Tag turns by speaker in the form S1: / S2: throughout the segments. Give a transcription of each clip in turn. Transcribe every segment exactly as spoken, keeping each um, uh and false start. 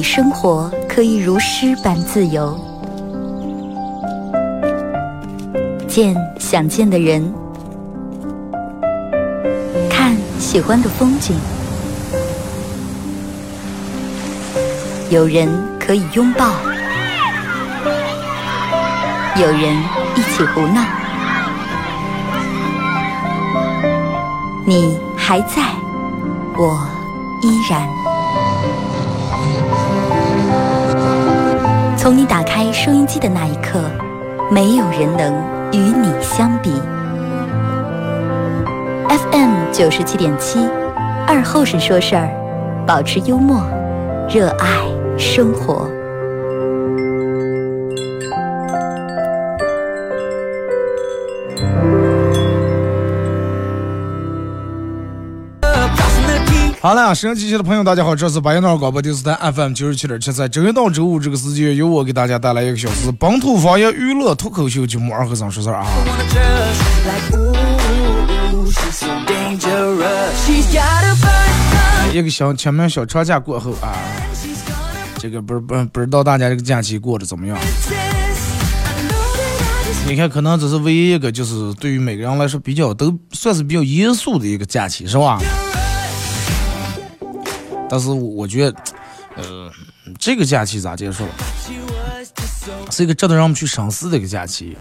S1: 生活可以如诗般自由，见想见的人，看喜欢的风景。有人可以拥抱，有人一起胡闹。你还在，我依然。从你打开收音机的那一刻，没有人能与你相比。F M 九十七点七，二后生说事儿，保持幽默，热爱生活。
S2: 好了，收音机前的朋友大家好，这是白云闹广播电视台 F M 九十七点七，在周一到周五这个时间由我给大家带来一个小时本土方言娱乐脱口秀节目二和尚说事儿啊。一个小前面小长假过后啊，这个不是不不知道大家这个假期过得怎么样？你看，可能这是唯一一个就是对于每个人来说比较都算是比较严肃的一个假期，是吧？但是我觉得，呃，这个假期咋结束了？是一个值得让我们去深思的一个假期。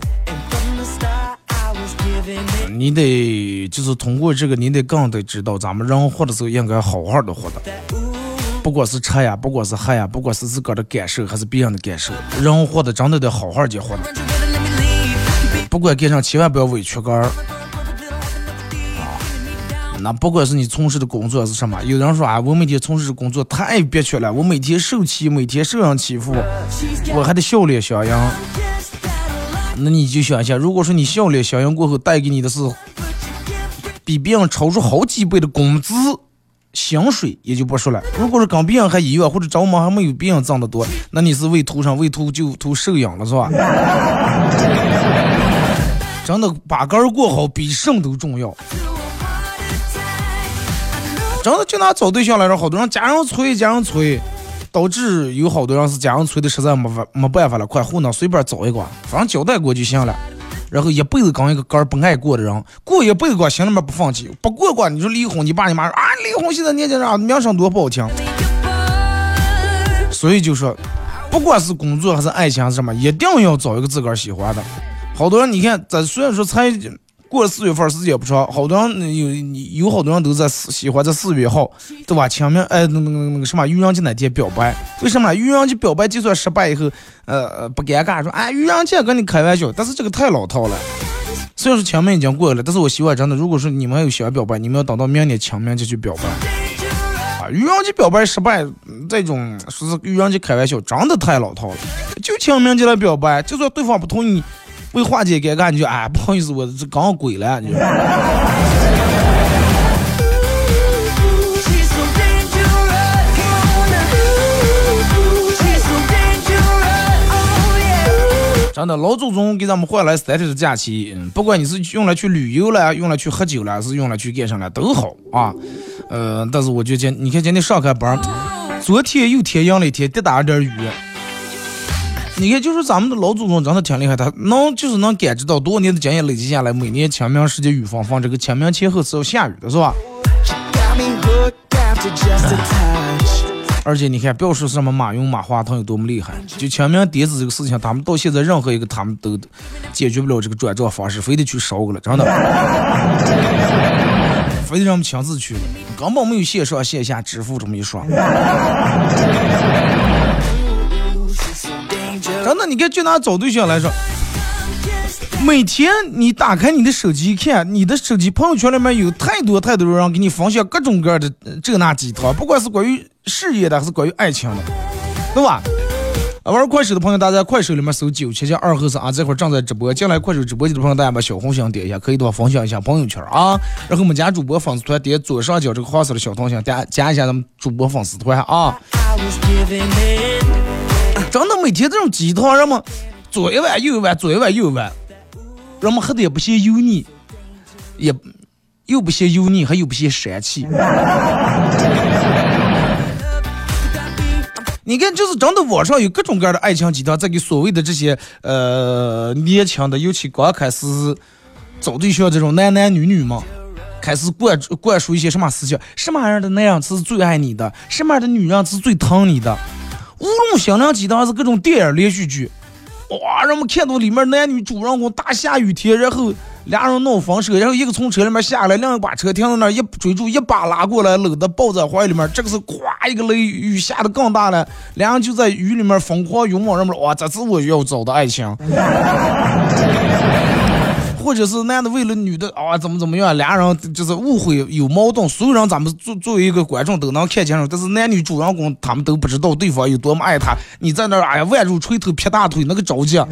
S2: 你得就是通过这个，你得更得知道咱们人活的时候应该好好的活的，不管是吃呀，不管是喝呀，不管是自个儿的感受还是别人的感受，人活的真的得好好的活的。不管干上千万不要委屈个儿。那不管是你从事的工作是什么，有人说啊，我每天从事的工作太憋屈了，我每天受气，每天受人欺负，我还得笑脸相迎。那你就想一下，如果说你笑脸相迎过后带给你的是比别人超出好几倍的工资薪水，也就不说了。如果是跟别人还一样，或者找我们还没有别人挣得多，那你是为图上为图就图受养了，是吧？真的把杆过好比什么都重要。真的就拿找对象来说，好多人家人催家人催，导致有好多人是家人催的实在没法没办法了，快糊弄随便找一个，反正交代过就行了。然后一辈子跟一个杆不爱过的人，过一辈子过心里面不放弃，不过过你说离婚，你爸你妈说啊离婚现在年轻人名声多不好听。所以就说，不管是工作还是爱情还是什么，一定要找一个自个儿喜欢的。好多人你看，咱虽然说才过了四月份，时间不长，好多人有有好多人都在喜欢在四月号，对吧？前面哎那个那个什么愚人节那天表白，为什么愚人节表白就算失败以后，呃不尴尬说哎愚人节跟你开玩笑，但是这个太老套了。虽然说前面已经过了，但是我希望真的，如果说你们有喜欢表白，你们要等到明年前面就去表白。啊，愚人节表白失败，这种说是愚人节开玩笑，真的太老套了。就前面就来表白，就算对方不同意。为化解尴尬，你就哎，不好意思，我这刚鬼了，你就。真的，老祖宗给咱们换来三天的假期，嗯，不管你是用来去旅游了，用来去喝酒了，是用来去干什么都好啊。呃，但是我就今你看今天上开班，昨天又天阳了一天，滴打点雨。你看，就是咱们的老祖宗真的挺厉害，他能就是能感知到多年的经验累积下来，每年清明时节雨纷纷，这个清明前后是要下雨的，是吧？而且你看，不要说什么马云、马化腾有多么厉害，就清明叠子这个事情，他们到现在任何一个他们都解决不了这个转账方式，非得去烧个了，真的，非得让我们亲自去了，根本没有线上线下支付这么一说。真的，你看，就拿找对象来说，每天你打开你的手机看，你的手机朋友圈里面有太多太多人给你分享各种各样的这那几套，不管是关于事业的还是关于爱情的，对吧？玩快手的朋友，大家在快手里面搜九七七二和尚啊，这会儿正在直播。进来快手直播间的朋友，大家把小红心点一下，可以多分享一下朋友圈啊。然后我们家主播粉丝团点左上角这个黄色的小头像，加加一下咱们主播粉丝团啊。真的每天这种鸡汤，人们左一碗右一碗，左一碗右一碗，人们喝的也不嫌油腻，也又不嫌油腻，还又不嫌膻气。 你看，就是真的网上有各种各样的爱情鸡汤，在给所谓的这些呃年轻的，尤其刚开始找对象这种男男女女嘛，开始灌灌输一些什么思想，什么样的男人是最爱你的，什么样的女人是最疼你的。无论心灵鸡汤还是各种电影连续剧，哇，让我们看到里面男女主人公大下雨天，然后俩人闹翻车，然后一个从车里面下来，另一把车停在那儿，一追逐一把拉过来，搂的抱在怀里面。这个是咵一个雷雨下的更大了，两人就在雨里面疯狂拥抱，人们哇，这是我要找的爱情。或者是男的为了女的啊怎么怎么样，俩人就是误会有矛盾，所有人咱们作作为一个观众都能看清楚，但是男女主人公他们都不知道对方有多么爱他。你在那儿哎呀万如锤头劈大腿那个着急。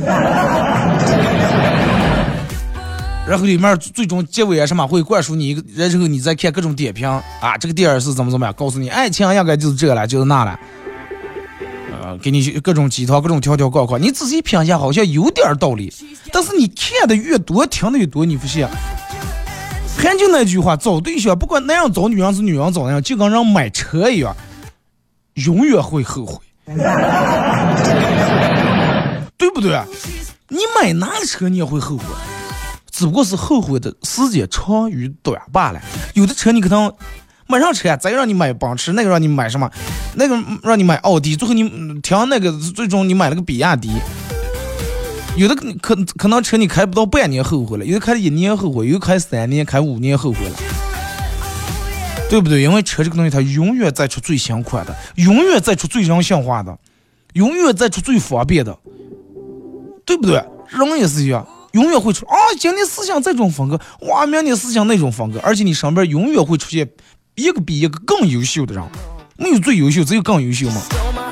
S2: 然后里面最终结尾啊什么会灌输你一个，然后你再看各种点评啊，这个电影是怎么怎么样，告诉你爱情应该就是这了，就是那了。呃，给你各种鸡汤，各种条条框框，你仔细品一下，好像有点道理。但是你看的越多，听的越多，你发现，还就那句话，找对象，不管男人找女人是女人找男人，就跟人买车一样，永远会后悔，对不对？你买哪个车你也会后悔，只不过是后悔的时间长与短罢了。有的车你可能买上车，再让你买奔驰，那个让你买什么，那个让你买奥迪，最后你听那个最终你买了个比亚迪。有的可可能车你开不到半年后悔了，有的开了一年后悔，有的开三年开五年后悔了，对不对？因为车这个东西它永远在出最新款的，永远在出最人性化的，永远在出最方便的，对不对？人也是一样，永远会出啊，今天思想这种风格，哇，明天思想那种风格，而且你身边永远会出现一个比一个更优秀的人，没有最优秀，只有更优秀嘛。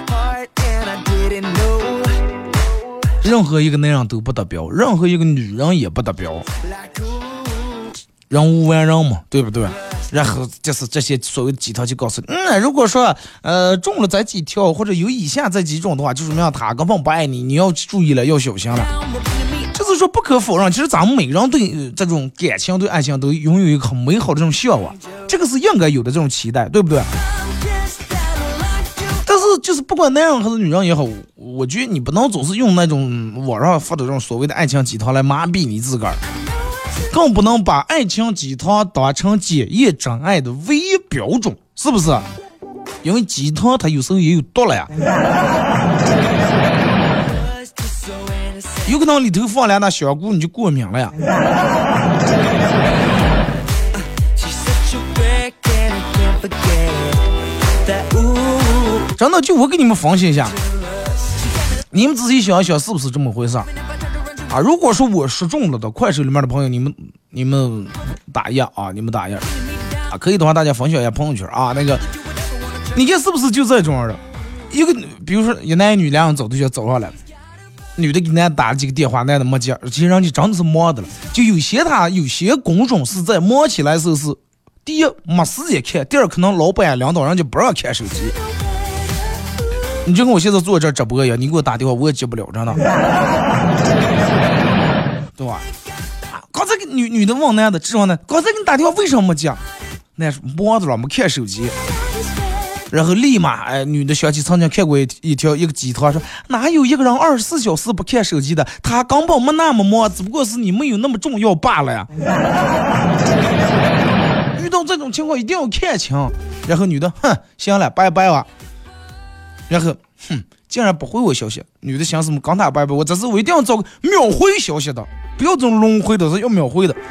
S2: 任何一个男人都不得标，任何一个女人也不得标，人无完人嘛，对不对？然后就是这些所谓的几条就告诉你，嗯，如果说呃中了这几条或者有以下这几种的话，就说明他根本不爱你，你要注意了，要小心了。就是说不可否认，其实咱们每个人对、呃、这种感情对爱情都拥有一个很美好的这种向往，这个是应该有的这种期待，对不对？但是就是不管男人还是女人也好，我觉得你不能总是用那种网上发的这种所谓的爱情鸡汤来麻痹你自个儿，更不能把爱情鸡汤当成检验真爱的唯一标准，是不是？因为鸡汤它有时候也有毒了呀，有可能里头放两大香菇你就过敏了呀。真的，就我给你们分析一下，你们仔细想一想是不是这么回事啊？如果说我说中了的，快手里面的朋友，你们你们打一样啊，你们打一样啊，可以的话大家分享一下朋友圈啊。那个，你看是不是就这种的？一个比如说一男一女两人走对象走上来了，女的给男的打了几个电话，男的没接，其实人家真的是忙的了。就有些他有些工种是在忙起来的时候是，第一没时间看，第二可能老板领导人家不让看手机。你就跟我现在坐这直播一样，你给我打电话我也接不了，真的，对吧？刚才女女的问男的，指望呢，刚才给你打电话为什么没接？那是忙着了，没看手机。然后立马哎，女的想起曾经看过一一条一个鸡汤，说哪有一个人二十四小时不看手机的？他根本没那么忙，只不过是你没有那么重要罢了呀。遇到这种情况一定要看清。然后女的，哼，行了，拜拜吧。然后，哼，竟然不回我消息。女的想什么？刚打拜拜，我这次我一定要找个秒回消息的，不要这种轮回的，是要秒回的。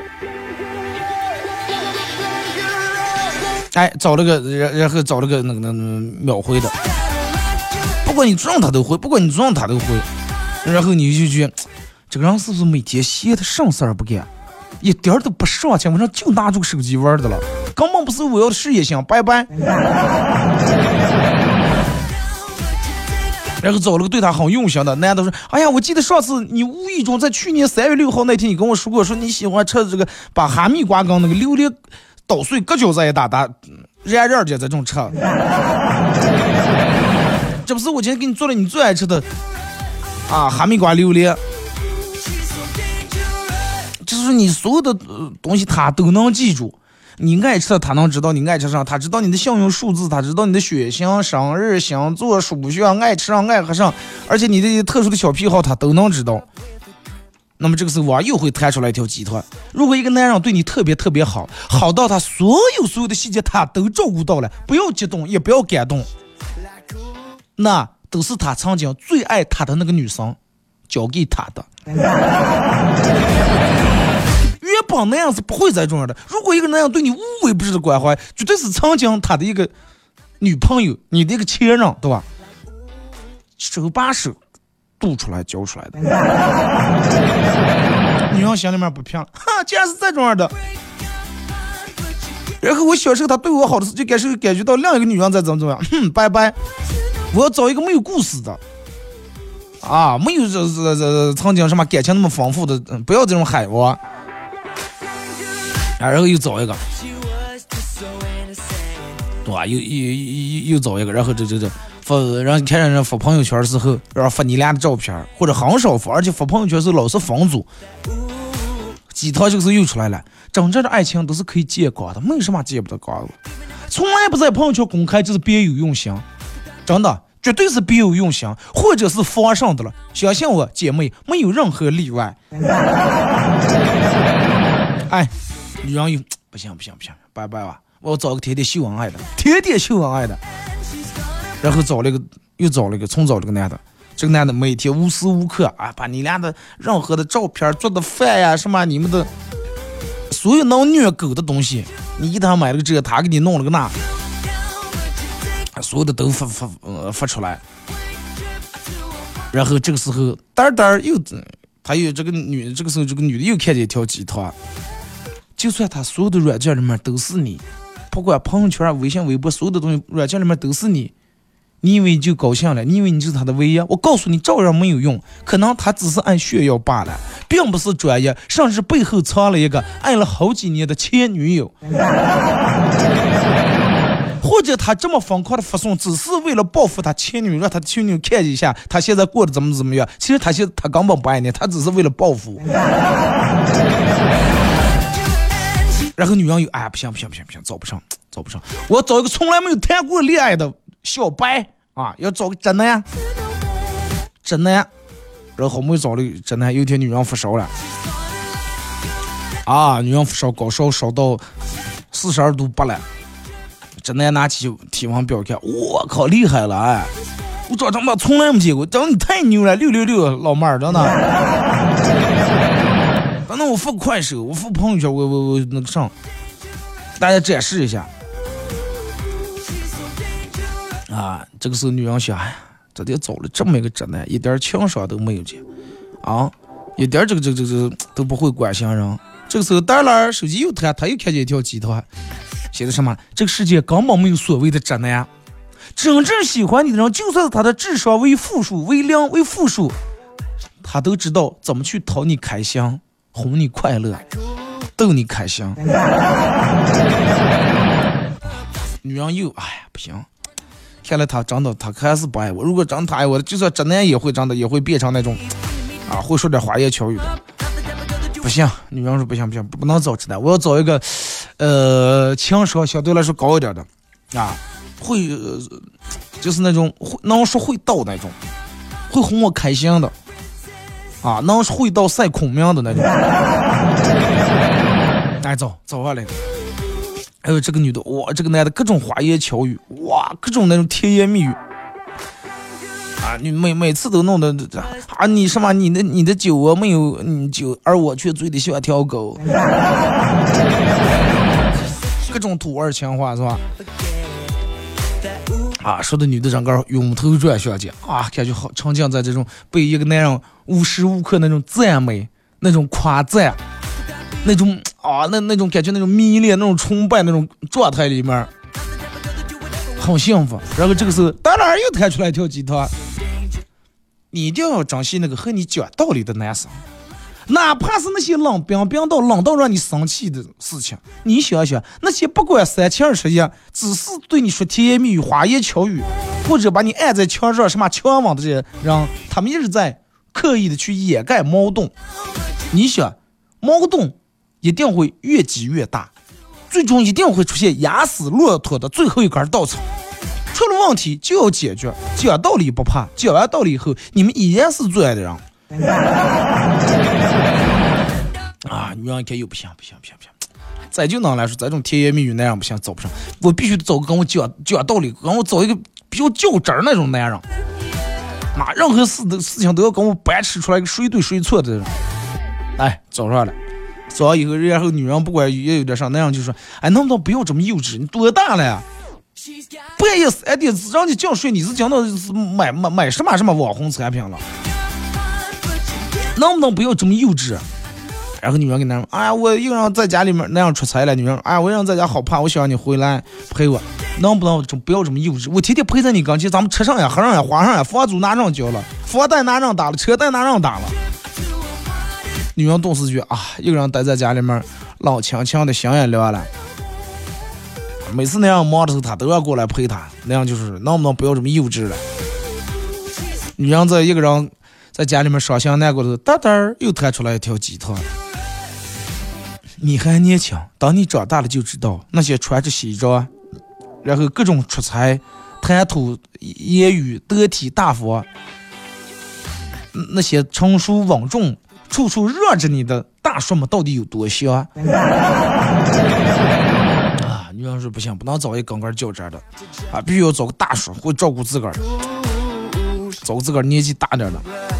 S2: 哎，找了个，然后找了个那个那个秒回的，不管你撞他都回，不管你撞他都回。然后你就觉得，这个人是不是每天闲的上事儿不干，一点都不上进，晚上就拿住手机玩的了，根本不是我要的事业心，拜拜。然后找了个对他很用心的男的说，哎呀，我记得上次你无意中在去年三月六号那天，你跟我说过，说你喜欢吃这个把哈密瓜跟那个榴莲捣碎搁饺子一打打，热热的这种吃，这不是我今天给你做了你最爱吃的啊哈密瓜榴莲，就是你所有的、呃、东西他都能记住。 你爱吃的他能知道你爱吃啥，他知道你的信用数字，他知道你的血型、生日、星座、属相、爱吃上爱喝上，而且你的特殊的小癖好他都能知道。那么这个时候我又会弹出来一条集团。如果一个男人对你特别特别好，好到他所有所有的细节他都照顾到了，不要激动也不要感动，那都是他曾经最爱他的那个女生交给他的。原本那样是不会再重要的。如果一个男人对你无微不至的关怀，绝对是曾经他的一个女朋友，你的一个前任，对吧？手把手度出来教出来的。女人心里面不平了，哈，竟然是这种样的。然后我小时候他对我好的时候，就感受感觉到另一个女人在怎么怎么样，哼，拜拜。我要找一个没有故事的，啊，没有这这这曾经什么感情那么丰富的，嗯、不要这种海王。啊，然后又找一个，对吧？又又又又找一个，然后这这这发，然后你看人发朋友圈的时候，然后发你俩的照片，或者很少发，而且发朋友圈是老是分组。几套这个时候又出来了，真正的爱情都是可以揭光的，没有什么揭不得光的，从来不在朋友圈公开，就是别有用心。真的，绝对是别有用心，或者是放上的了。相信我，姐妹，没有任何例外。哎，女人又不行不行不行，拜拜吧！我要找个天天秀恩爱的，天天秀恩爱的。然后找了一个，又找了一个，重找了个男的。这个男的每天无时无刻啊，把你俩的任何的照片、做的饭呀，什么你们的所有能虐狗的东西，你给他买了个这个，他给你弄了个那。所有的都发发呃发出来，然后这个时候单单又他又这个女这个时候这个女的又看见一条鸡团，就算他所有的软件里面都是你，不管朋友圈、微信、微博所有的东西软件里面都是你，你以为你就高兴了？你以为你就是他的唯一？我告诉你，照样没有用，可能他只是按炫耀罢了，并不是专业，甚至背后藏了一个爱了好几年的前女友。或者他这么疯狂的发送，只是为了报复他前女友，让他前女友看一下他现在过得怎么怎么样。其实他现在他根本不爱你，他只是为了报复。然后女人又哎不行不行不行不行，找不上找不上，我要找一个从来没有谈过恋爱的小白啊，要找个真的呀，真的呀。然后好不容易找了真的，有一天女人发烧了，啊，女人发烧高烧烧到四十二度八了。真的拿起体温表看，我靠，厉害了哎！我早他妈从来没见过，真的你太牛了，六六六，老妹儿，真的。反正我发快手，我发朋友圈，我我我那个上，大家展示一下。啊，这个时候女人想，哎呀，这得找了这么一个真的，一点情商都没有见，啊，一点这个这个这个都不会关心人。这个时候，当然手机又弹，他又看见一条鸡团。写的什么？这个世界根本没有所谓的真男，真正喜欢你的人，就算是他的智商为负数、为零、为负数，他都知道怎么去讨你开心、哄你快乐、逗你开心。女人又哎呀不行，看来他真的他还是不爱我。如果真他爱我，就算真男也会真的也会变成那种啊会说点花言巧语的。不行，女人说不行不行，不能找直男，我要找一个。呃，情商相对来说高一点的，啊，会、呃、就是那种会能说会道那种，会哄我开心的，啊，能会道赛孔明的那种。哎，走走下来。还有这个女的，哇，这个男的各种花言巧语，哇，各种那种甜言蜜语。啊，你每每次都弄的啊，你什么你的你的酒我没有你酒，而我却醉得像条狗。各种土味情话是吧？啊，说的女的整个晕头转向间啊，感觉好沉浸在这种被一个男人无时无刻那种赞美、那种夸赞、那种啊那那种感觉、那种迷恋、那种崇拜那种状态里面，好幸福。然后这个时候，当然又弹出来一条鸡汤，你一定要珍惜那个和你讲道理的男生。哪怕是那些冷冰冰到冷到让你生气的事情，你想想，那些不管三七二十一，只是对你说甜言蜜语、花言巧语，或者把你按在墙上什么墙网的这些人，他们一直在刻意的去掩盖矛盾。你想，矛盾一定会越积越大， 最终一定会出现压死骆驼的最后一根稻草。出了问题就要解决，讲道理不怕，讲完道理以后，你们依然是最爱的人。啊，女人一看又不行，不行，不行，不行。再就能来说，这种甜言蜜语那样不行，走不上。我必须找个跟我讲讲道理，跟我找一个比较较真儿那种男人。妈，任何事的事情都要跟我掰扯出来一个谁对谁错的人。哎，找上了，找完以后，然后女人不管也有点啥，那样就说，哎，能不能不要这么幼稚？你多大了呀？不好意思，哎，爹，让你这样睡，你是讲到是买买买什么什么网红产品了？能不能不要这么幼稚？然后女人跟男人，哎呀，我一个人在家里面那样出差了。女人，哎呀，我一个人在家好怕，我想让你回来陪我，能不能不要这么幼稚？我天天陪在你跟前，咱们吃上呀，喝上呀，花上呀，房租拿上交了，房贷拿上打了，车贷拿上打了。女人顿时觉啊，一个人待在家里面，老强强的心也凉了。每次那样忙的时候，他都要过来陪他，那样就是能不能不要这么幼稚了？女人在一个人在家里面伤心难过的时候，哒哒又弹出来一条鸡汤。你还年轻，当你长大了就知道，那些穿着西装，然后各种出差、谈吐、言语得体大方，那些成熟稳重、处处热着你的大叔们到底有多香啊！女人说不行，不能找一个跟个较真的啊，必须要找个大叔会照顾自个儿，找个自个儿年纪大点的。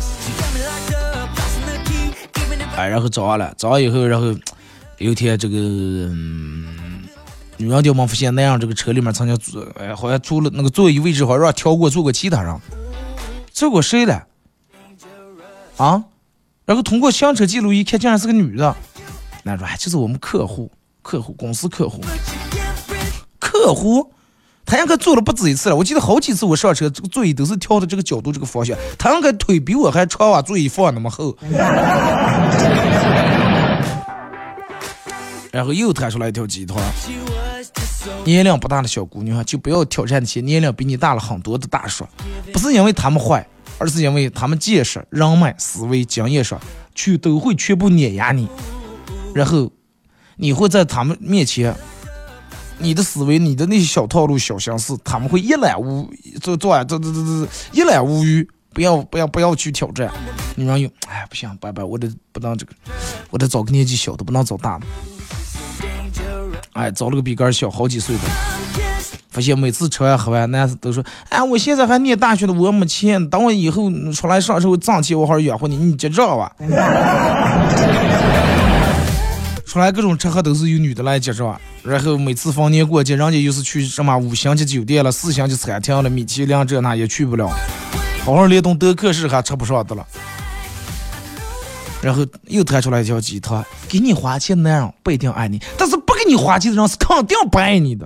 S2: 哎，然后找完了，找完以后，然后有一天这个、嗯、女人就忙发现那样，这个车里面曾经坐，哎，好像坐了那个座椅位置，好像让调过坐过其他人，坐过谁了？啊？然后通过行车记录一看，竟然是个女的。那说，哎，这是我们客户，客户公司客户，客户。他应该坐了不止一次了，我记得好几次我上车，这个座椅都是调的这个角度这个方向，他应该腿比我还长啊，座椅放那么厚。然后又弹出来一条鸡汤，年龄不大的小姑娘就不要挑战那些年龄比你大了很多的大叔，不是因为他们坏，而是因为他们见识、人脉、思维、经验上去都会全部碾压你，然后你会在他们面前，你的思维、你的那些小套路、小相似，他们会一览无这这这这这一览无余。不要不要不要去挑战。女人有，哎，不行，拜拜，我得不能这个，我得找个年纪小的，不能找大的。哎，找了个比个小好几岁的，发现每次吃完喝完，男子都说，哎，我现在还念大学的，我没钱，等我以后出来上时候挣钱，我好养活你，你结账吧。出来各种吃喝都是由女的来结账，然后每次逢年过节，人家又是去什么五星级酒店了、四星级餐厅了、米其林这那也去不了，好好连顿德克士还吃不上的了。然后又弹出来一条鸡汤，给你花钱的男人不一定爱你，但是不给你花钱的人是肯定不爱你的。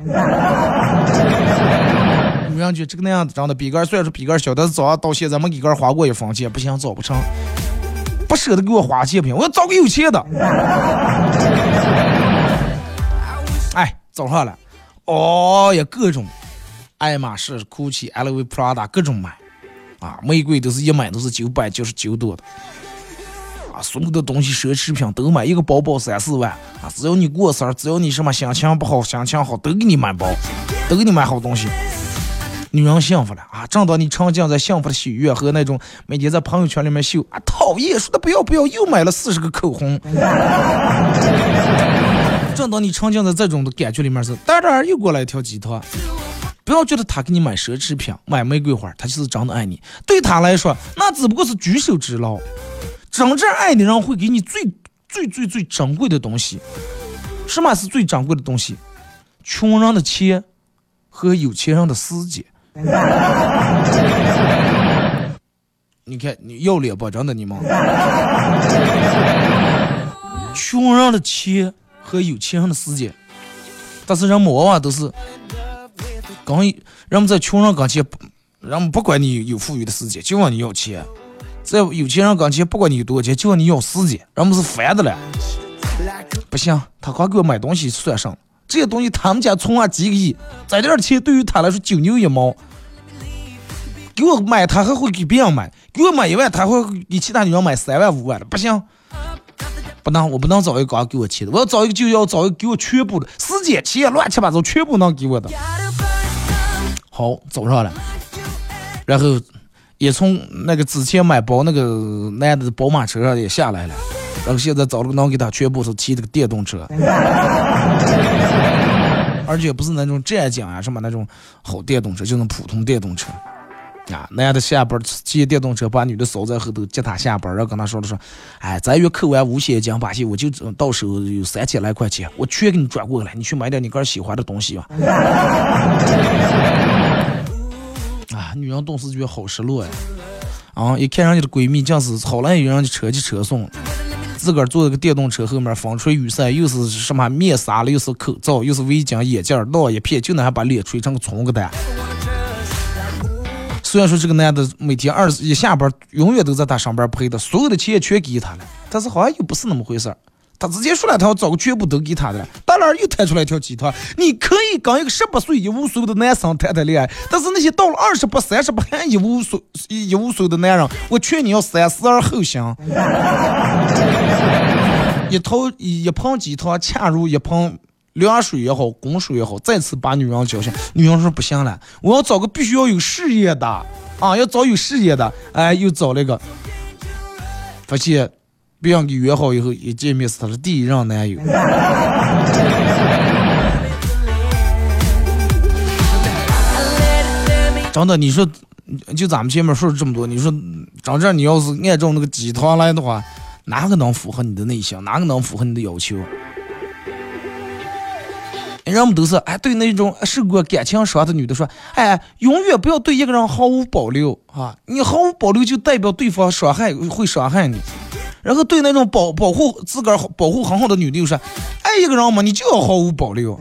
S2: 女人觉得这个那样子长得比个虽然说比个小，但是早上到现在没给个花过一分钱，不行找不成，不舍得给我花钱不行，我要找个有钱的。哎，找上了，哦呀，各种爱马仕、GUCCI、L V、Prada 各种买啊，玫瑰都是一买都是九百九十九朵的。啊，所有的东西奢侈品都买，一个包包三四万啊！只要你过生日，只要你什么心情不好、心情好，都给你买包，都给你买好东西。女人幸福了啊！正当你沉浸在幸福的喜悦和那种每天在朋友圈里面秀啊，讨厌，说的不要不要，又买了四十个口红。正当你沉浸在这种的感觉里面时，当然又过来一条鸡汤。不要觉得他给你买奢侈品、买玫瑰花，他就是真的爱你。对他来说，那只不过是举手之劳。真正爱的人会给你最最最最珍贵的东西。什么是最珍贵的东西？穷人的钱和有钱人的时间。你看你要脸不？真的你们穷人的钱和有钱人的时间，但是人们往往都是刚人们在穷人跟前，人们不管你有富裕的时间，就问你要钱。在有钱人跟前，不管你有多少钱，就要你要时间，人们是烦的了。不行，他光给我买东西算上，这些东西他们家存啊几个亿，这点钱对于他来说九牛一毛。给我买，他还会给别人买；给我买一万，他会给其他女人买三万五万的。不行， 不能，我不能找一个刚给我切的，我要找一个就要找一个给我全部的，时间切乱七八糟全部能给我的。好，走上来，然后也从那个之前买包那个男的宝马车上也下来了，然后现在找了个能给他全部是骑这个电动车，而且不是那种战将啊什么那种好电动车，就是普通电动车。啊，男的下班骑电动车把女的捎在后头接她下班，然后跟她说的说，哎，咱月扣完五险奖把戏，我就到时候有三千来块钱，我全给你转过来，你去买点你个人喜欢的东西吧。啊，女人顿时觉得好失落呀！啊，一看人家的闺蜜，真是好来有人家车就车送，自个儿坐在个电动车后面，风吹雨晒，又是什么面纱了，又是口罩，又是围巾、眼镜，闹一片，就能还把脸吹成个葱个蛋。虽然说这个男的每天二十一下班，永远都在他上班陪的，所有的钱全给他了，但是好像又不是那么回事儿。他直接说了，他要找个全部都给他的了。当然又弹出来一条鸡汤，你可以跟一个十八岁一无所的男生谈谈恋爱，但是那些到了二十八、三十八还一无所一无所的男人，我劝你要三思而后行。一头一盆鸡汤恰如一盆凉水也好，滚水也好，再次把女人叫醒。女人说不行了，我要找个必须要有事业的啊，要找有事业的。哎，又找了一个，发现别人给约好以后，一见面是他的第一任男友。真的，你说就咱们前面说了这么多，你说张这你要是按照那个鸡汤来的话，哪个能符合你的内心，哪个能符合你的要求？人们都是哎，对那种受过感情伤的女的说，哎，永远不要对一个人毫无保留啊！你毫无保留就代表对方伤害会伤害你。然后对那种保保护自个儿保护很好的女的就说，爱一个人嘛，你就要毫无保留，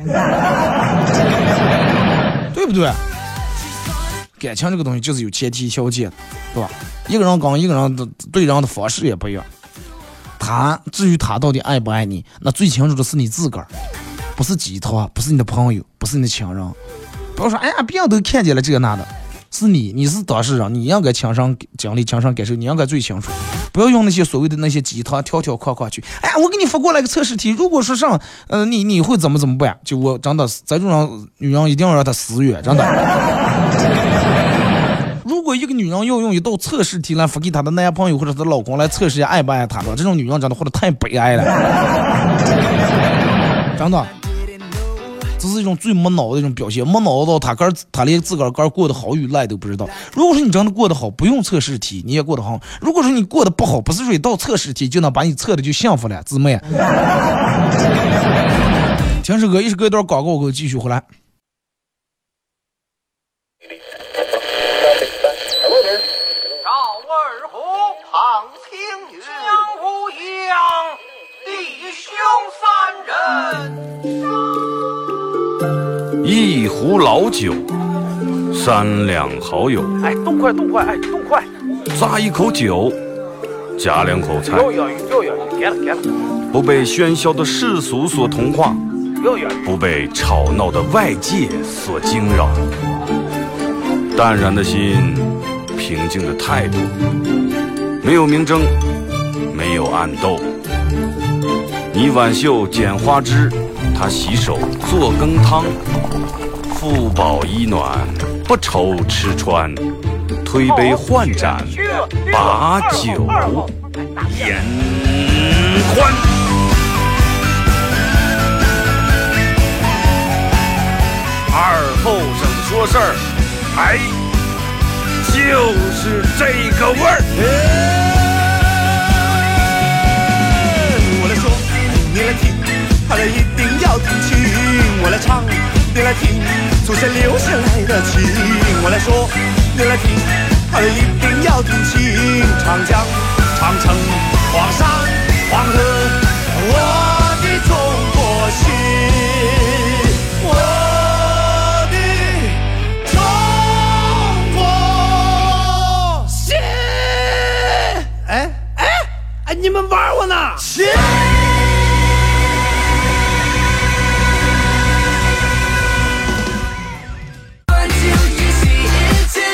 S2: 对不对？感情这个东西就是有前提条件，对吧？一个人跟一个人的对人的方式也不一样。他至于他到底爱不爱你，那最清楚的是你自个儿。不是鸡汤，不是你的朋友，不是你的亲人。不要说哎呀，别人都看见了这个那的，是你，你是当事人，你应该亲身经历、亲身感受，你应该最清楚。不要用那些所谓的那些鸡汤条条框框去。哎呀，我给你发过来个测试题，如果说上，呃，你你会怎么怎么办？就我真的，这种女人一定要让她死远，真的。如果一个女人要用一道测试题来发给她的男朋友或者她的老公来测试一下爱不爱她的，这种女人真的活得太悲哀了，真的。这是一种最没脑的一种表现，没脑到他个他连自个儿个过得好与赖都不知道。如果说你真的过得好，不用测试题，你也过得好；如果说你过得不好，不是说一道测试题就能把你测的就幸福了，姊妹。听首歌，一首歌一段广告，我继续回来。
S3: 赵二虎，唐青云，江湖阳，弟兄三人。
S4: 一壶老酒，三两好友。
S3: 哎，动快动快，哎，动快！
S4: 咂一口酒，夹两口菜。
S3: 有有有有，给了给了。
S4: 不被喧嚣的世俗所同化，
S3: 有有。
S4: 不被吵闹的外界所惊扰。淡然的心，平静的态度，没有明争，没有暗斗。你挽袖剪花枝，他洗手做羹汤。腹饱衣暖，不愁吃穿，推杯换盏，把酒言欢。二后生说事儿，哎，就是这个味儿。
S5: 我来说，你来听，他的一定要听清。我来唱，你来听，祖先留下来的情。我来说，你来听，他的一定要听清。长江、长城、黄山、黄河，我的中国心，我的中国心。哎哎哎，你们玩我呢？心。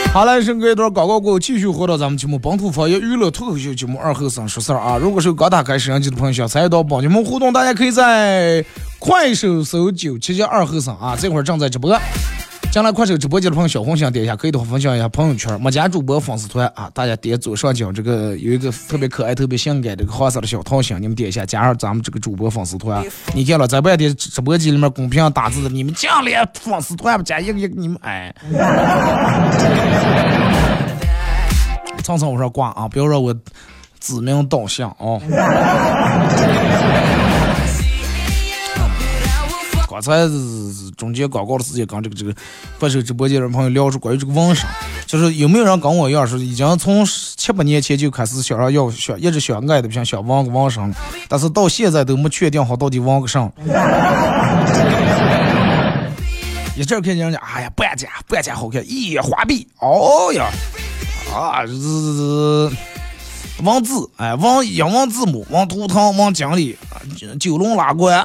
S2: 好了，剩个一段广告过后，继续回到咱们节目本土方言娱乐脱口秀节目二后生说事儿啊。如果是刚打开摄像机的朋友，想参与到帮节目互动，大家可以在快手搜九七七二后生啊，这会儿正在直播。将来快手直播间的朋友小红心点一下，可以的话分享一下朋友圈，没加主播粉丝团啊，大家点左上角这个有一个特别可爱、特别性感这个黄色的小桃心，你们点一下，加上咱们这个主播粉丝团。你看了，在外地直播间里面公屏上打字的，你们这样连粉丝团不加一个一个，你们哎，蹭蹭往上挂啊，不要让我指名道姓啊。刚才中间广告的时间，跟这个这个快手直播间的朋友聊出关于这个网上，就是有没有人跟我一样，是已经从七八年前就开始想要要想一直想爱的，不想想网个网上，但是到现在都没确定好到底网个上。一阵看见人家，哎呀，半价半价好看，一花币，哦呀，啊，这这王字，哎，王英文字母，王图腾，王经理，九龙拉关，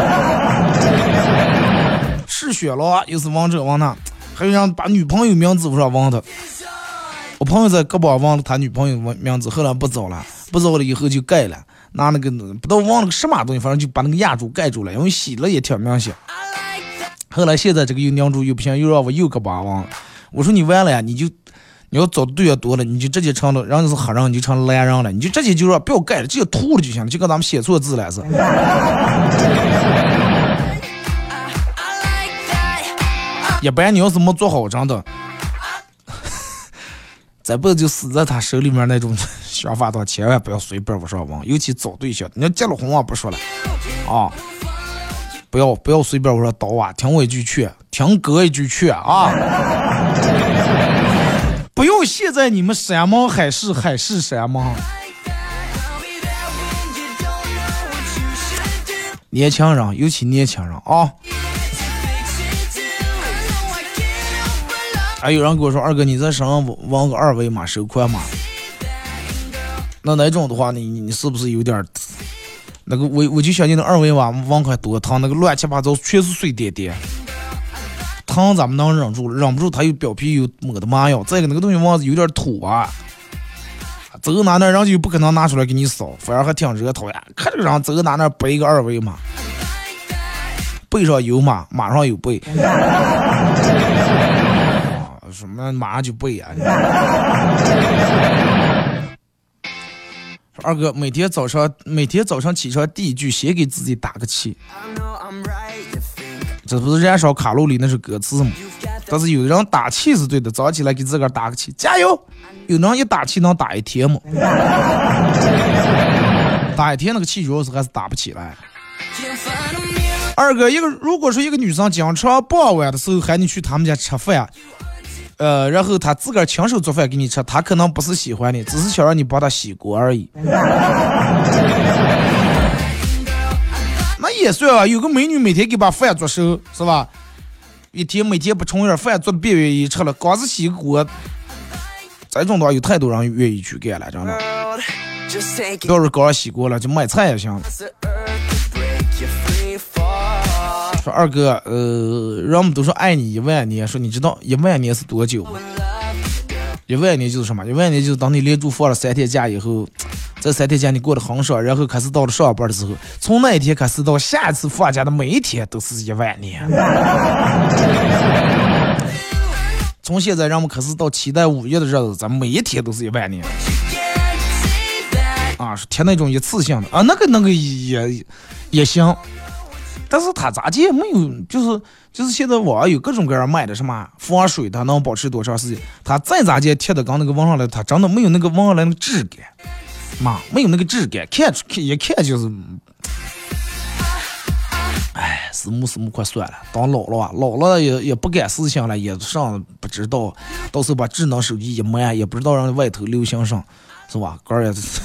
S2: 哎，是雪了，又是王这王那，还有人把女朋友名字不知道忘的。我朋友在胳膊忘了他女朋友名字，后来不找了，不找了以后就改了，拿那个不知道忘了个什么东西，反正就把那个压住盖住了，因为洗了也挺明显。后来现在这个又拧住又不行，又让我又胳膊忘了。我说你完了呀，你就。你要找的对象多了，你就直接成了，然后是黑人，你就成蓝人了，你就直接就说不要盖了，直接涂了就行了，就跟咱们写错字了是。一般你要是没做好，真的，再不就死在他手里面那种想法的，千万不要随便往上网，尤其找对象，你要结了婚啊不说了啊，不要不要随便往上倒啊，听我一句劝，听哥一句劝啊。不要现在你们山盟海誓海誓山盟，年轻人尤其年轻人啊！还有人跟我说，二哥你在身上网个二维码收款码，那哪种的话你你是不是有点那个我我就想你那二维码网快多烫，那个乱七八糟全是碎点点。汤咱们能忍住，忍不住它又表皮又抹的麻药，再一个那个东西往有点土啊，走哪那人就不可能拿出来给你扫，反而还挺热讨厌。看这个人走哪那背一个二维码，背上有码，马上有背，啊、什么马上就背啊！二哥每天早上每天早上起床第一句先给自己打个气。这不是燃烧卡路里，那是歌词吗？但是有的人打气是对的，早起来给自个儿打个气，加油！有人一打气能打一天吗？打一天那个气主要是还是打不起来。二哥，一个如果说一个女生经常傍晚的时候喊你去他们家吃饭，呃，然后她自个儿亲手做饭给你吃，她可能不是喜欢你，只是想让你帮她洗锅而已。那也算啊，有个美女每天给把饭做熟，是吧？一天每天不重样，饭做的别愿意吃了，光是洗锅，这种的话有太多人愿意去干了，真的。要是光洗锅了，就卖菜也行了。说二哥，呃，人们都说爱你一万年，说你知道一万年是多久吗？一万年就是什么？一万年就是当你连住放了三天假以后，这三天假你过得很爽，然后开始到了上班的时候，从那一天开始到下一次放假的每一天都是一万年。从现在让我们开始到期待五月的日子，咱们每一天都是一万年。啊，是贴那种一次性的啊，那个那个也也行。但是它咋接没有，就是就是现在网上有各种各样卖的什么防水，它能保持多长时间？它再咋接贴的刚那个网上来，它真的没有那个网上来那个质感，嘛，没有那个质感，看出一看就是，哎，死木死木快算了，当老了啊，老了也也不干事情了，也上不知道，到时候把智能手机一卖，也不知道让外头流行上，是吧？哥也是。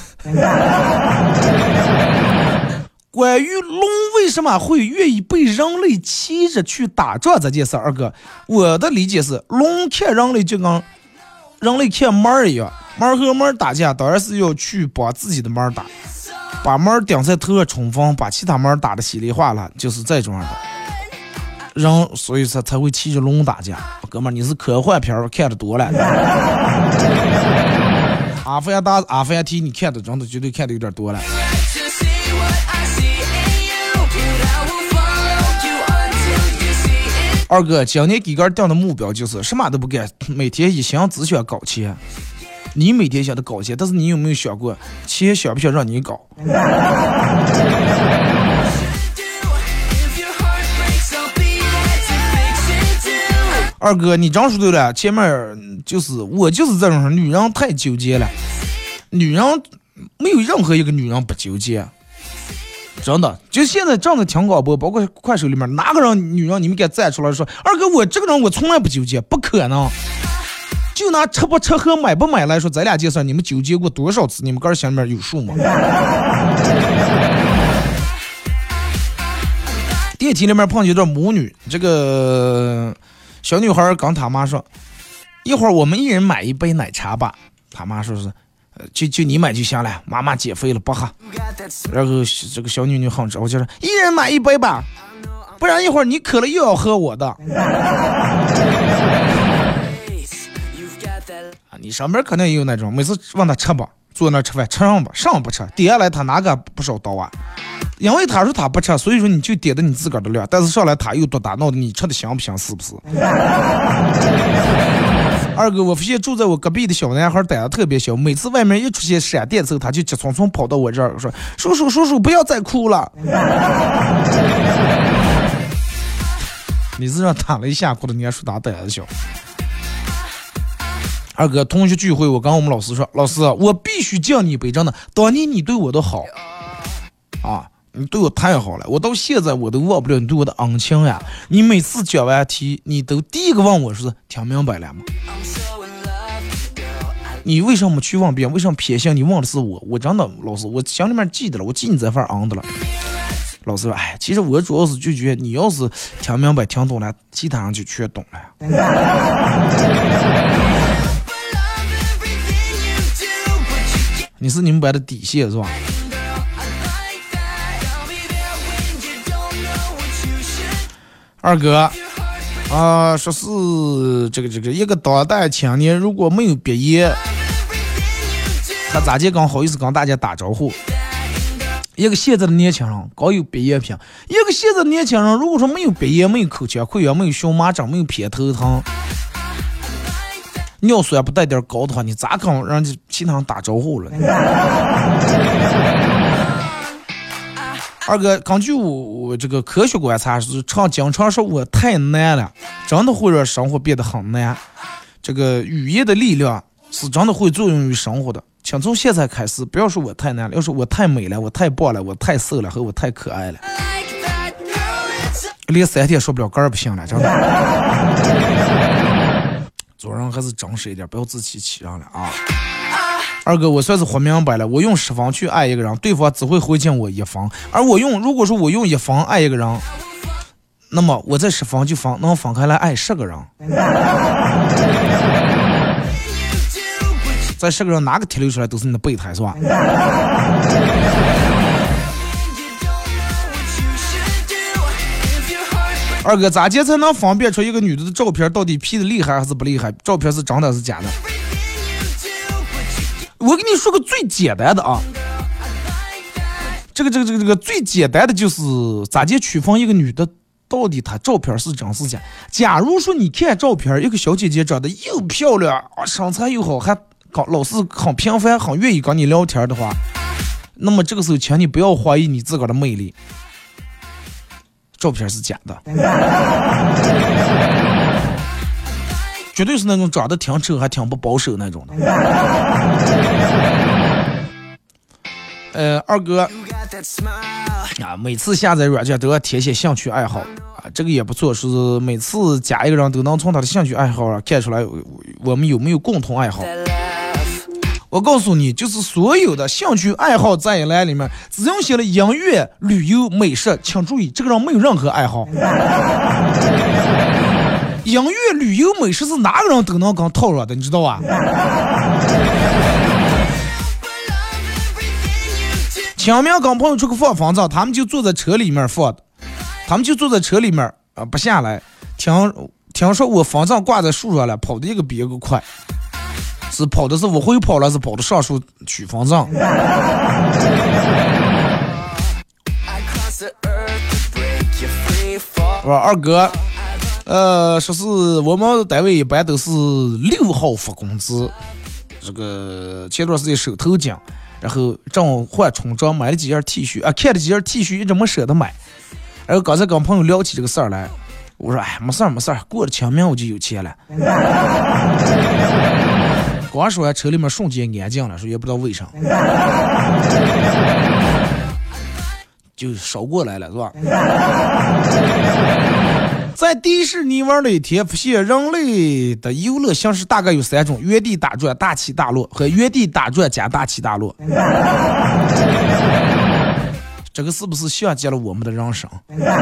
S2: 关于龙为什么会愿意被人类骑着去打仗这件事，二哥，我的理解是，龙看人类就跟人类看猫儿一样，猫和猫打架当然是要去把自己的猫打，把猫顶在头上冲锋，把其他猫打的稀里哗啦，就是这种样的。 人，所以才才会骑着龙打架。哥们儿，你是科幻片儿看的多了。阿凡达、阿凡提，你看的真的绝对看的有点多了。二哥，今年给个定的目标就是什么都不干，每天一心只想搞钱。你每天想着搞钱，但是你有没有想过，钱想不想让你搞？二哥，你这样说对了，前面就是我就是这种人，女人太纠结了，女人没有任何一个女人不纠结，真的。就现在这样的听广播，包括快手里面，哪个人女人你们敢站出来说，二哥我这个人我从来不纠结，不可能。就拿吃不吃喝买不买来说，咱俩这事你们纠结过多少次？你们个人心里面有数吗？电梯里面碰见一对母女，这个小女孩跟她妈说：“一会儿我们一人买一杯奶茶吧。”她妈说是：“呃，就就你买就行了，妈妈减肥了不喝。”然后这个小女女很着急说：“一人买一杯吧，不然一会儿你渴了又要喝我的。”你上边肯定也有那种，每次问他吃吧，坐那吃饭，吃上吧，上不吃，点下来他哪个不少刀啊？因为他说他不吃，所以说你就点的你自个儿的量，但是上来他又多大闹的，你吃的香不香，是不是？二哥，我发现住在我隔壁的小男孩胆子特别小，每次外面一出现闪电之后，他就急匆匆跑到我这儿说：“叔叔叔叔，不要再哭了。”你是让打了一下哭的，你还说他胆子小？二哥，同学聚会，我跟我们老师说，老师，我必须敬你一杯，真的，当年你对我的好啊，你对我太好了，我到现在我都忘不了你对我的恩情呀。你每次讲完题，你都第一个问我说听明白了吗？你为什么去问别人？为什么偏向你问的是我？我真的老师，我心里面记得了，我记你这份恩的了。老师说，哎，其实我主要是就觉得你要是听明白听懂了，其他人就全懂了。你是你们班的底线是吧？二哥啊、呃，说是这个这个一个当代青年如果没有毕业，他咋就刚好意思跟大家打招呼？一个现在的年轻人刚有毕业品，一个现在的年轻人如果说没有毕业，没有口腔溃疡，没有荨麻疹，没有偏头疼，尿酸不带点高的话，你咋跟人家其他人打招呼了？二哥，根据我我这个科学观察是，常经常说我太难了，真的会让生活变得很难。这个语言的力量是真的会作用于生活的。请从现在开始，不要说我太难了，要说我太美了，我太棒了，我太瘦了，和我太可爱了。连三天说不了杆儿不行了，真的。做人还是真实一点，不要自欺欺人了啊！二哥，我算是活明白了，我用十分去爱一个人，对方只会回敬我一分；而我用，如果说我用一分爱一个人，那么我在十分就分能分开来爱十个人。在十个人哪个提溜出来都是你的备胎，是吧？二哥，咋接才能分辨出一个女的的照片到底 P 的厉害还是不厉害？照片是真的还是假的？我给你说个最简单的啊，这个这个这个这个最简单的就是咋接区分一个女的到底她照片是真是假？假如说你看照片，一个小姐姐长得又漂亮啊，身材又好，还老是很平凡，很愿意跟你聊天的话，那么这个时候请你不要怀疑你自个儿的魅力。照片是假的，绝对是那种长得挺丑还挺不保守那种的。呃，二哥啊，每次下载软件都要填写兴趣爱好啊，这个也不错，是每次加一个人都能从他的兴趣爱好啊看出来我们有没有共同爱好。我告诉你，就是所有的兴趣爱好在一栏里面，只要写了音乐、旅游、美食，请注意，这个人没有任何爱好。音乐、旅游、美食是哪个人都能刚套了的，你知道吧？清明跟朋友出去放风筝，他们就坐在车里面放的，他们就坐在车里面， 啊不下来，听听说我方丈挂在树上了，跑的一个比一个快，是跑的是往回跑了，是跑的上树取方丈。我说二哥，呃，说是我们单位一般都是六号发工资，这个前段时间手头紧，然后正换春装，买了几件 T 恤啊，看了几件 T 恤一直没舍得买，然后刚才跟朋友聊起这个事儿来，我说哎，没事儿没事儿，过了清明我就有钱了。光说完车里面瞬间安静了，说也不知道为啥，就少过来了是吧？在迪士尼玩的一天，发现人类的游乐形式大概有三种：原地打转、大起大落和原地打转加大起大落。这个是不是像极了我们的人生？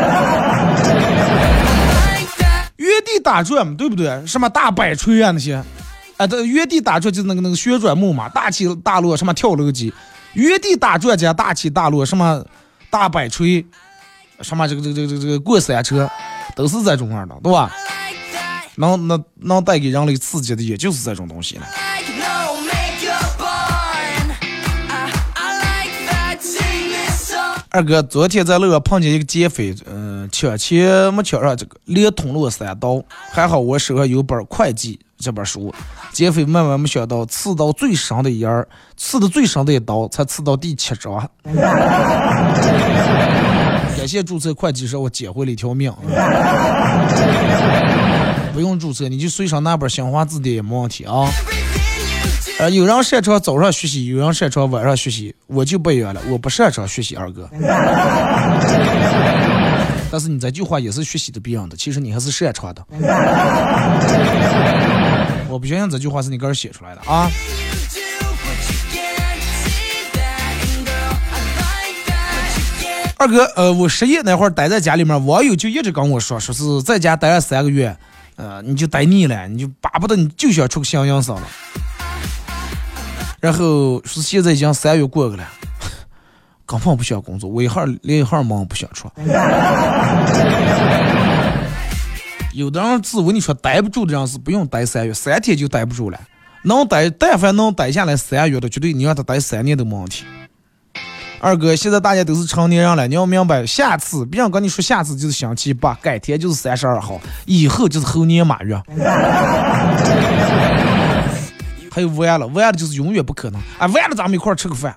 S2: 原地打转，对不对？什么大摆锤啊那些，啊，这原地打转就是那个那个旋转木马，大起大落什么跳楼机，原地打转加大起大落什么大摆锤，什么这个这个这个这个过山车。都是这种样的，对吧？能能能带给人类刺激的，也就是这种东西了。二哥，昨天在路上碰见一个劫匪，嗯、呃，抢钱没抢上，这个连捅了我三刀，还好我手上有本会计这本书。劫匪万万没想到，刺到最深的一页，刺的最深的一刀，才刺到第七章。感谢注册会计师，我捡回了一条命。不用注册，你就随身拿本新华字典也没问题啊。呃，有人擅长早上学习，有人擅长晚上学习，我就不一样了，我不擅长学习，二哥。但是你这句话也是学习的别人的，其实你还是擅长的。我不相信这句话是你个人写出来的啊。二哥，呃，我失业那会儿待在家里面，网友就一直跟我说，说是在家待了三个月，呃，你就待腻了，你就巴不得你就想出个新营生了。然后说现在已经三月过去了，根本不想工作，我一会儿连一会儿忙不想出。有的人自我你说待不住的人是不用待三月，三天就待不住了，能待但凡能待下来三月的，绝对你让他待三年都没问题。二哥，现在大家都是成年人了，你要明白，下次别人跟你说下次就是星期八，改天就是三十二号，以后就是猴年马月。还有完了，完了就是永远不可能啊！完了咱们一块儿吃个饭。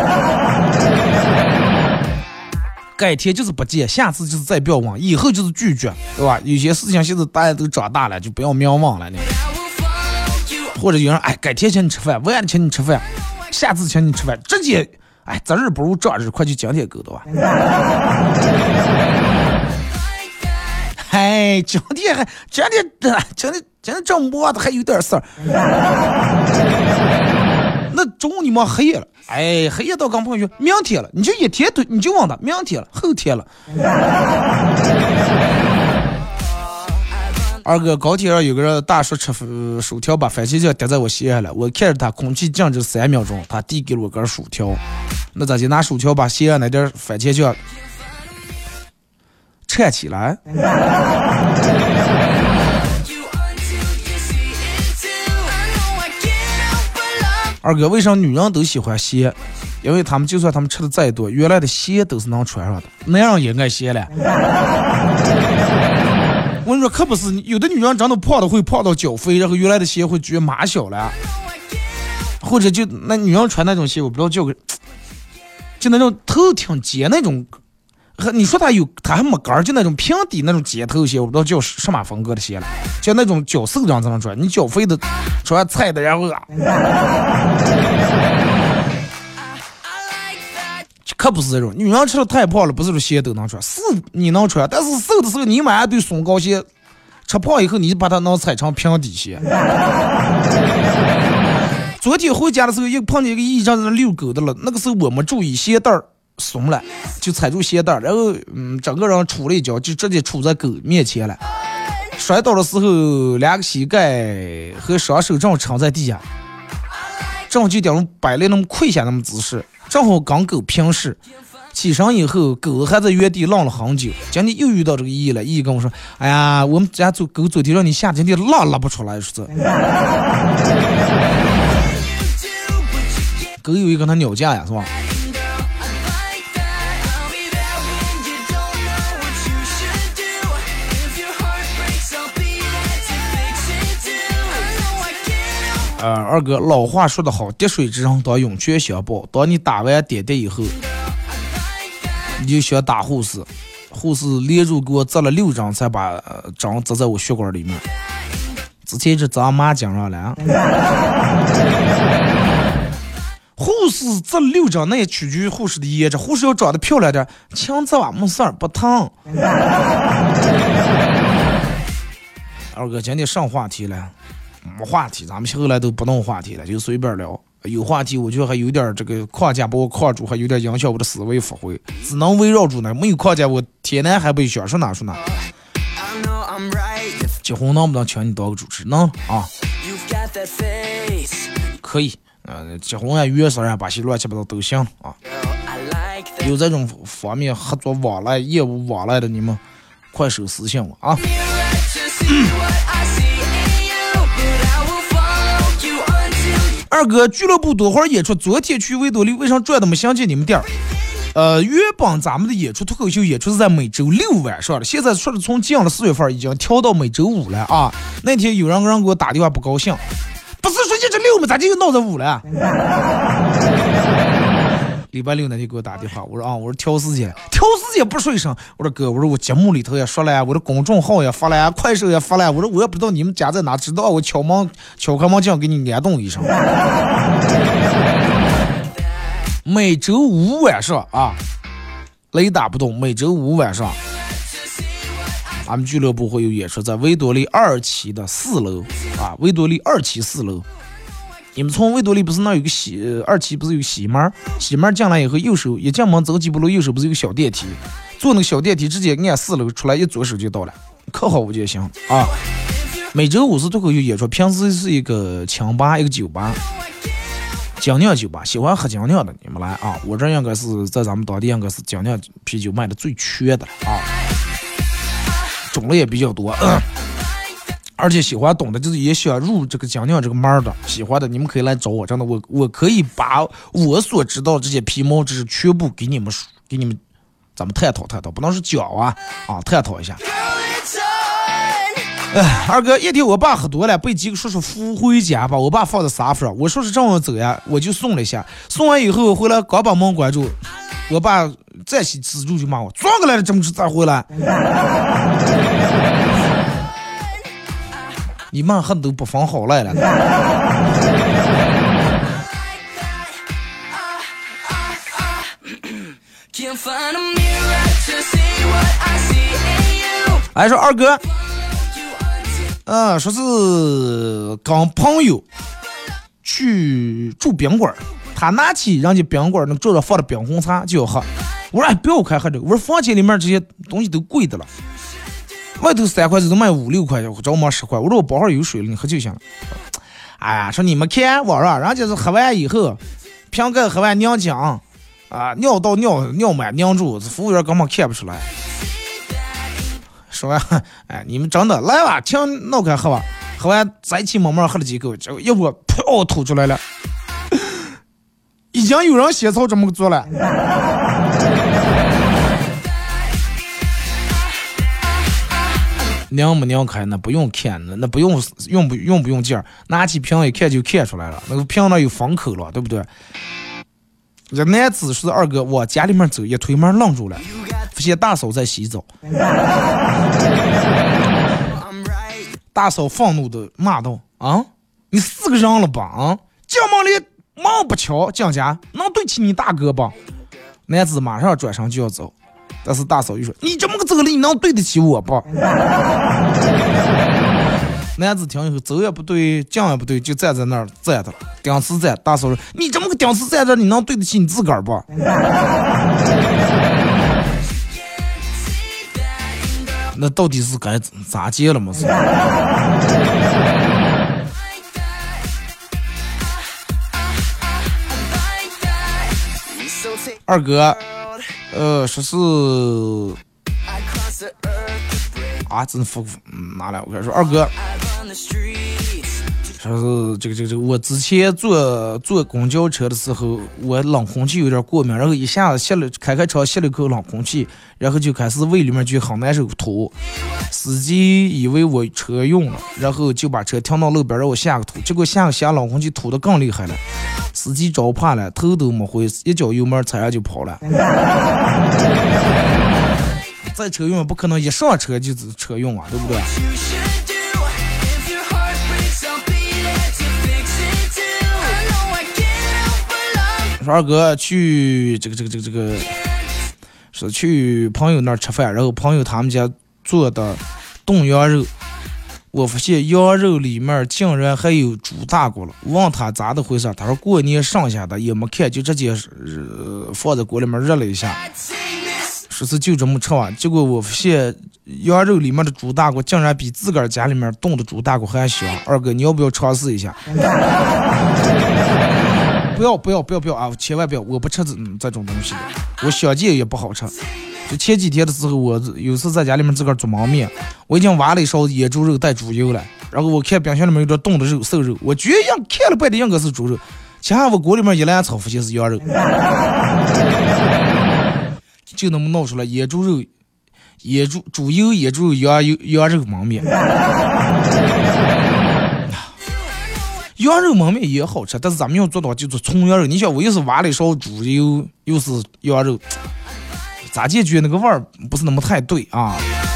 S2: 改天就是不见，下次就是再不要忘，以后就是拒绝，对吧？有些事情现在大家都长大了，就不要喵忘了呢。或者有人哎，改天请你吃饭，完了请你吃饭，下次请你吃饭，直接。哎，择日不如撞日，快去今天够的吧！哎，今天还今天今天今天正摸的还有点事儿。那中午你忙黑夜了，哎，黑夜到跟朋友说明天了，你就一天对，你就忘了明天了，后天了。二哥，高铁上有个人大叔吃薯条，把番茄酱滴在我鞋上了。我看着他空气静止三秒钟，他递给了我根薯条。那咋就拿薯条把鞋上那点番茄酱串起来？二哥，为啥女人都喜欢鞋？因为他们就算他们吃的再多，原来的鞋都是能穿上的，那样也爱鞋了。我跟你说，可不是，有的女人长得胖的会胖到脚飞，然后原来的鞋会觉得马小了，或者就那女人穿那种鞋，我不知道叫个，就那种头挺尖那种，你说它有，它还没杆，就那种平底那种尖头鞋，我不知道叫什么风格的鞋了，就那种脚瘦的人才能穿，你脚肥的穿菜的，然后啊，可不是这种，女人吃的太胖了，不是说鞋都能穿，是你能穿，但是瘦的时候你买一对松糕鞋，吃胖以后你就把它能踩成平底鞋。昨天回家的时候，又碰见一个一直在那遛狗的了，那个时候我们注意鞋带松了，就踩住鞋带，然后嗯，整个人杵了一脚，就直接杵在狗面前了。摔倒的时候，两个膝盖和双手正好撑在地下，正好就点摆了那么跪下那么姿势。正好刚狗平视， 起身以后，狗还在原地浪了很久。今天又遇到这个姨姨了，姨姨跟我说：“哎呀，我们家走狗昨天让你下今天拉拉不出来，说是。”狗有一个它鸟架呀，是吧？呃，二哥，老话说得好，滴水之恩当涌泉相报。当你打完点滴以后，你就想打护士，护士连着给我扎了六针，才把呃针扎在我血管里面。之前是扎麻将上了，护士扎六针，那也取决于护士的颜值。护士要长得漂亮点，强扎吧没事儿，不疼。二哥，今天上话题了。没话题，咱们后来都不弄话题了，就随便聊。有话题，我觉得还有点这个框架把我框住，还有点影响我的思维发挥，只能围绕住呢。没有框架，我天南还不想说哪说哪。结婚能不能请你当个主持？能啊，可以。呃，结婚啊、约啥呀、把些乱七八糟都行啊。有这种方面合作往来、业务往来的，你们快手私信我啊。二哥，俱乐部多会儿演出，昨天去维多利，为啥转的没想见你们店儿？呃，原本咱们的演出脱口秀演出是在每周六晚上的，现在说是从进了四月份已经调到每周五了啊。那天有人人给我打电话不高兴，不是说一直六吗？咋就又闹到五了？礼拜六那天给我打电话，我说啊，我说调时间，调时间不说一声，我说哥，我说我节目里头也说了，我的公众号也发了，快手也发了，我说我也不知道你们家在哪，知道我敲门敲开门这样给你联动一声。每周五晚上啊，雷打不动，每周五晚上，俺们俱乐部会有演出，在维多利二期的四楼啊，维多利二期四楼。你们从维多利不是那有个洗、呃、二期不是有个洗门，洗门进来以后右手一进门走几步路，右手不是有个小电梯，坐那个小电梯直接按四楼出来，一左手就到了，可好我就行啊。每周五是脱口秀演出，平时是一个清吧一个酒吧，精酿酒吧，喜欢喝精酿的你们来啊，我这应该是在咱们当地应该是精酿啤酒卖的最缺的啊，种类也比较多。嗯，而且喜欢懂的，就是也想入这个精酿这个门的，喜欢的你们可以来找我，真的，我我可以把我所知道的这些皮毛知识全部给你们给你们，咱们探讨探讨，不能是讲啊啊，探讨一下。哎，二哥，一天我爸喝多了，被几个叔叔扶回家，把我爸放在沙发上，我说是正要走呀，我就送了一下，送完以后回来刚把门关住，我爸再起止住就骂我，转过来了，这么迟才回来。你们恨都不分好赖了。哎，说二哥，呃，说是跟朋友去住宾馆，他拿起人家宾馆那桌上放的冰红茶就要喝，我说哎不要开喝这个，我说房间里面这些东西都贵的了。外头三块钱都卖五六块，找我妈十块。我说我包号有水了，你喝就行了。哎呀，说你们看网上，人家是喝完以后，瓶盖喝完酿浆啊，尿到尿尿满酿住，服务员根本看不出来。说哎，你们真的来吧，请闹开喝吧。喝完再起慢慢喝了几口，结果一锅噗吐出来了，已经有人写操这么做了。酿没酿开那不用看，那那不用用不用不用劲儿，拿起瓶一看就看出来了，那个瓶那有封口了，对不对？这男子说二哥往家里面走，一推门愣住了，发现大嫂在洗澡。大嫂愤怒的骂道：“啊，你四个人了吧？啊，进门里门不敲，进家能对起你大哥吧？”男子马上转身就要走。但是大嫂又说：“你这么个走了，你能对得起我不？”男子听以后，走也不对，讲也不对，就站在那儿站着了，顶死站。大嫂说：“你这么个顶死站着，你能对得起你自个儿不？”那到底是该咋接了吗？是二哥。 呃，说是啊，真服哪来？我跟你说，二哥，说是这个这个这个，我之前坐坐公交车的时候，我冷空气有点过敏，然后一下子吸了开开窗吸了一口冷空气，然后就开始胃里面就很难受吐。司机以为我车用了，然后就把车停到路边让我下个吐，结果下个下冷空气吐得更厉害了。司机着怕了，头都没回，一脚油门踩下就跑了。在车用不可能一上车就是车用啊，对不对？说二哥去这个这个这个这个是去朋友那儿吃饭，然后朋友他们家做的冻羊肉，我发现羊肉里面竟然还有猪大骨了。问他咋的回事，他说过年剩下的也没看，就直接、呃、放在锅里面热了一下，说是就这么吃完。结果我发现羊肉里面的猪大骨竟然比自个儿家里面冻的猪大骨还香。二哥你要不要尝试一下？不要不要不要不要啊！千万不要，我不吃这、嗯、这种东西的，我想见也不好吃。就前几天的时候，我有次在家里面自个儿做毛面，我已经挖了一勺野猪肉带猪油了，然后我看冰箱里面有点冻的肉瘦肉，我觉得样看了半天应该是猪肉，前下我锅里面一烂炒，发现是羊肉，就那么闹出来野猪肉、野猪猪油、野猪肉、羊油、羊肉毛面。羊肉焖面也好吃，但是咱们要做的话就做葱羊肉。你想我又是挖了一勺猪油，又是羊肉，咋解决那个味儿不是那么太对啊？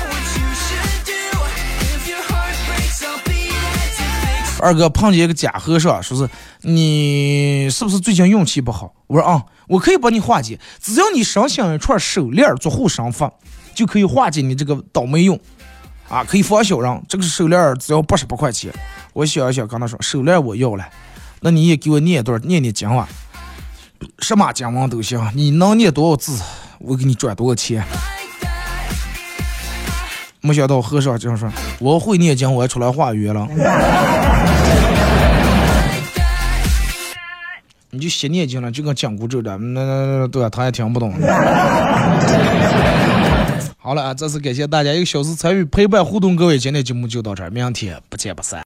S2: 二哥碰见一个假和尚，说是你是不是最近运气不好？我说啊、嗯，我可以帮你化解，只要你身上一串手链做护身法，就可以化解你这个倒霉运啊，可以防小人。这个手链只要八十八块钱。我想一想，跟他说手链我要了，那你也给我念一段，念念经啊，什么经文都行，你能念多少字，我给你赚多少钱。没想到和尚这样说，我会念经，我还出来化缘了。你就写念经了，就跟讲古咒的，那对啊，他也听不懂。好了啊，这次感谢大家一个小时参与陪伴互动，各位今天节目就到这儿，明天不见不散。